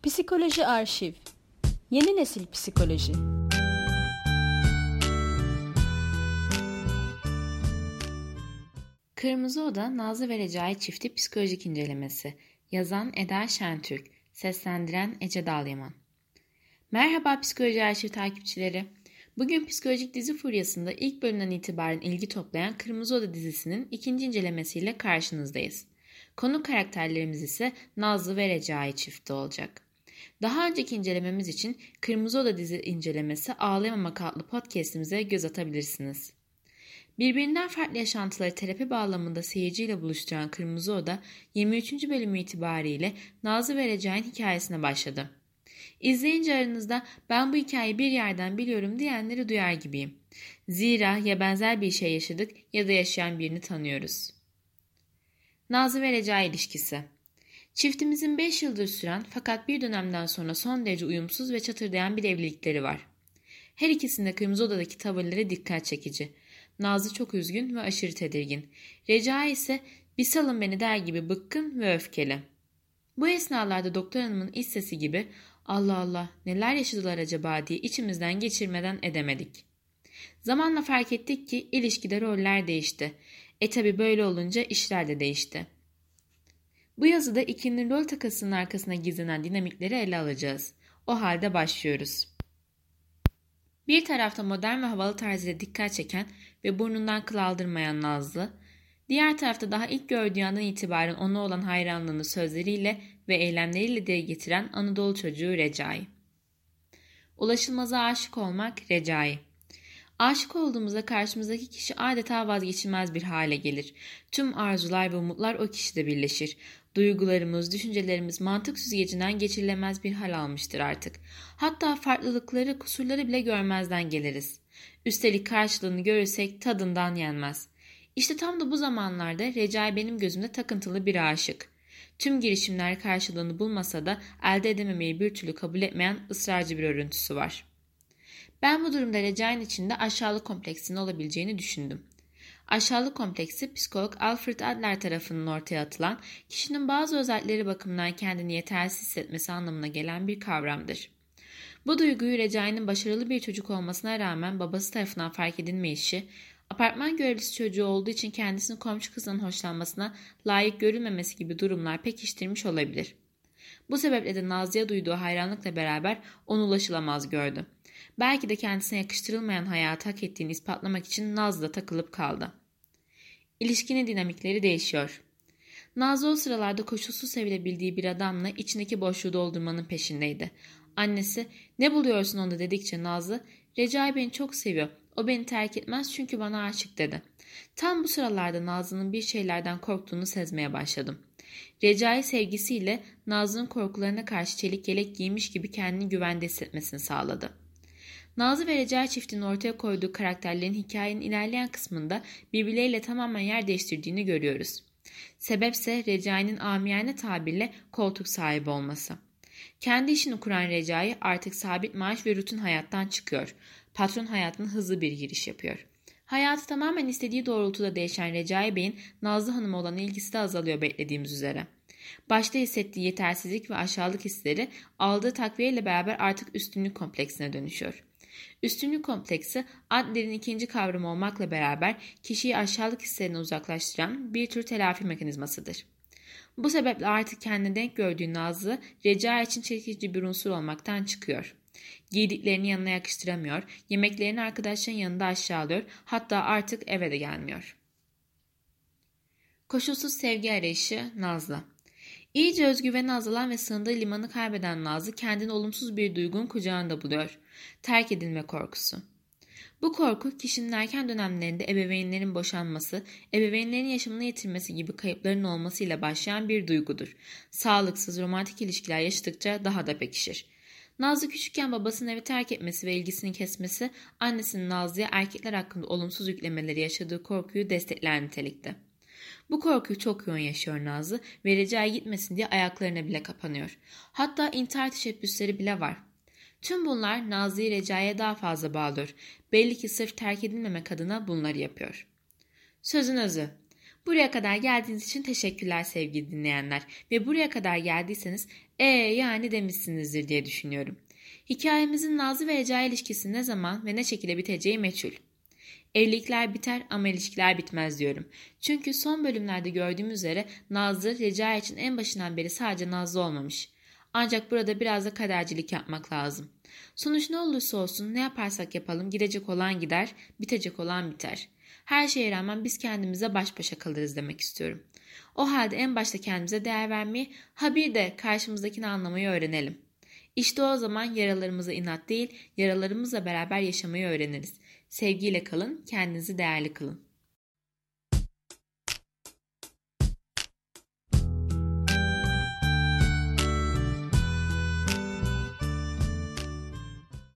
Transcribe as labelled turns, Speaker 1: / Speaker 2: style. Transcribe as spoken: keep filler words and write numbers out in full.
Speaker 1: Psikoloji Arşiv. Yeni nesil psikoloji.
Speaker 2: Kırmızı Oda Nazlı ve Recai çifti psikolojik incelemesi. Yazan Eda Şentürk. Seslendiren Ece Dalyaman. Merhaba Psikoloji Arşiv takipçileri. Bugün psikolojik dizi furyasında ilk bölümden itibaren ilgi toplayan Kırmızı Oda dizisinin ikinci incelemesiyle karşınızdayız. Konu karakterlerimiz ise Nazlı ve Recai çifti olacak. Daha önceki incelememiz için Kırmızı Oda dizi incelemesi Ağlayamamak adlı podcastimize göz atabilirsiniz. Birbirinden farklı yaşantıları terapi bağlamında seyirciyle buluşturan Kırmızı Oda yirmi üçüncü bölümü itibariyle Nazlı ve Recai'nin hikayesine başladı. İzleyince aranızda ben bu hikayeyi bir yerden biliyorum diyenleri duyar gibiyim. Zira ya benzer bir şey yaşadık ya da yaşayan birini tanıyoruz. Nazlı ve Recai ilişkisi. Çiftimizin beş yıldır süren fakat bir dönemden sonra son derece uyumsuz ve çatırdayan bir evlilikleri var. Her ikisinde Kırmızı Oda'daki tavırları dikkat çekici. Nazlı çok üzgün ve aşırı tedirgin. Recai ise bir salın beni der gibi bıkkın ve öfkeli. Bu esnalarda doktor hanımın iç sesi gibi Allah Allah neler yaşadılar acaba diye içimizden geçirmeden edemedik. Zamanla fark ettik ki ilişkide roller değişti. E tabi böyle olunca işler de değişti. Bu yazıda ikilinin rol takasının arkasına gizlenen dinamikleri ele alacağız. O halde başlıyoruz. Bir tarafta modern ve havalı tarzıyla dikkat çeken ve burnundan kıl aldırmayan Nazlı, diğer tarafta daha ilk gördüğü andan itibaren ona olan hayranlığını sözleriyle ve eylemleriyle dile getiren Anadolu çocuğu Recai. Ulaşılmaza aşık olmak Recai. Aşık olduğumuzda karşımızdaki kişi adeta vazgeçilmez bir hale gelir. Tüm arzular ve umutlar o kişide birleşir. Duygularımız, düşüncelerimiz mantık süzgecinden geçirilemez bir hal almıştır artık. Hatta farklılıkları, kusurları bile görmezden geliriz. Üstelik karşılığını görürsek tadından yenmez. İşte tam da bu zamanlarda Recai benim gözümde takıntılı bir aşık. Tüm girişimler karşılığını bulmasa da elde edememeyi bir türlü kabul etmeyen ısrarcı bir örüntüsü var. Ben bu durumda Recai'nin içinde aşağılık kompleksinin olabileceğini düşündüm. Aşağılık kompleksi psikolog Alfred Adler tarafından ortaya atılan kişinin bazı özellikleri bakımından kendini yetersiz hissetmesi anlamına gelen bir kavramdır. Bu duyguyu Recai'nin başarılı bir çocuk olmasına rağmen babası tarafından fark edilmeyişi, apartman görevlisi çocuğu olduğu için kendisinin komşu kızının hoşlanmasına layık görülmemesi gibi durumlar pekiştirmiş olabilir. Bu sebeple de Nazlı'ya duyduğu hayranlıkla beraber onu ulaşılamaz gördü. Belki de kendisine yakıştırılmayan hayatı hak ettiğini ispatlamak için Nazlı'da takılıp kaldı. İlişkinin dinamikleri değişiyor. Nazlı o sıralarda koşulsuz sevilebildiği bir adamla içindeki boşluğu doldurmanın peşindeydi. Annesi ne buluyorsun onda dedikçe Nazlı, Recai beni çok seviyor, o beni terk etmez çünkü bana aşık dedi. Tam bu sıralarda Nazlı'nın bir şeylerden korktuğunu sezmeye başladım. Recai sevgisiyle Nazlı'nın korkularına karşı çelik yelek giymiş gibi kendini güvende hissetmesini sağladı. Nazlı ve Recai çiftinin ortaya koyduğu karakterlerin hikayenin ilerleyen kısmında birbirleriyle tamamen yer değiştirdiğini görüyoruz. Sebepse Recai'nin amiyane tabirle koltuk sahibi olması. Kendi işini kuran Recai artık sabit maaş ve rutin hayattan çıkıyor. Patron hayatına hızlı bir giriş yapıyor. Hayatı tamamen istediği doğrultuda değişen Recai Bey'in Nazlı Hanım'a olan ilgisi de azalıyor beklediğimiz üzere. Başta hissettiği yetersizlik ve aşağılık hisleri aldığı takviyeyle beraber artık üstünlük kompleksine dönüşüyor. Üstünlük kompleksi Adler'in ikinci kavramı olmakla beraber kişiyi aşağılık hislerine uzaklaştıran bir tür telafi mekanizmasıdır. Bu sebeple artık kendine denk gördüğü Nazlı, Recai için çekici bir unsur olmaktan çıkıyor. Giydiklerini yanına yakıştıramıyor, yemeklerini arkadaşların yanında aşağılıyor, hatta artık eve de gelmiyor. Koşulsuz sevgi arayışı Nazlı. İyice özgüveni azalan ve sığındığı limanı kaybeden Nazlı kendini olumsuz bir duygunun kucağında buluyor. Terk edilme korkusu. Bu korku kişinin erken dönemlerinde ebeveynlerin boşanması, ebeveynlerin yaşamını yitirmesi gibi kayıpların olmasıyla başlayan bir duygudur. Sağlıksız romantik ilişkiler yaşadıkça daha da pekişir. Nazlı küçükken babasının evi terk etmesi ve ilgisini kesmesi annesinin Nazlı'ya erkekler hakkında olumsuz yüklemeleri yaşadığı korkuyu destekler nitelikte. Bu korkuyu çok yoğun yaşıyor Nazlı ve Recai gitmesin diye ayaklarına bile kapanıyor. Hatta intihar teşebbüsleri bile var. Tüm bunlar Nazlı'yı Recai'ye daha fazla bağlıyor. Belli ki sırf terk edilmemek adına bunları yapıyor. Sözün özü. Buraya kadar geldiğiniz için teşekkürler sevgili dinleyenler. Ve buraya kadar geldiyseniz E yani demişsinizdir diye düşünüyorum. Hikayemizin Nazlı ve Recai ilişkisi ne zaman ve ne şekilde biteceği meçhul. Evlilikler biter ama ilişkiler bitmez diyorum. Çünkü son bölümlerde gördüğümüz üzere Nazlı Recai için en başından beri sadece Nazlı olmamış. Ancak burada biraz da kadercilik yapmak lazım. Sonuç ne olursa olsun ne yaparsak yapalım gidecek olan gider, bitecek olan biter. Her şeye rağmen biz kendimize baş başa kalırız demek istiyorum. O halde en başta kendimize değer vermeyi, ha bir de karşımızdakini anlamayı öğrenelim. İşte o zaman yaralarımıza inat değil, yaralarımızla beraber yaşamayı öğreniriz. Sevgiyle kalın, kendinizi değerli kılın.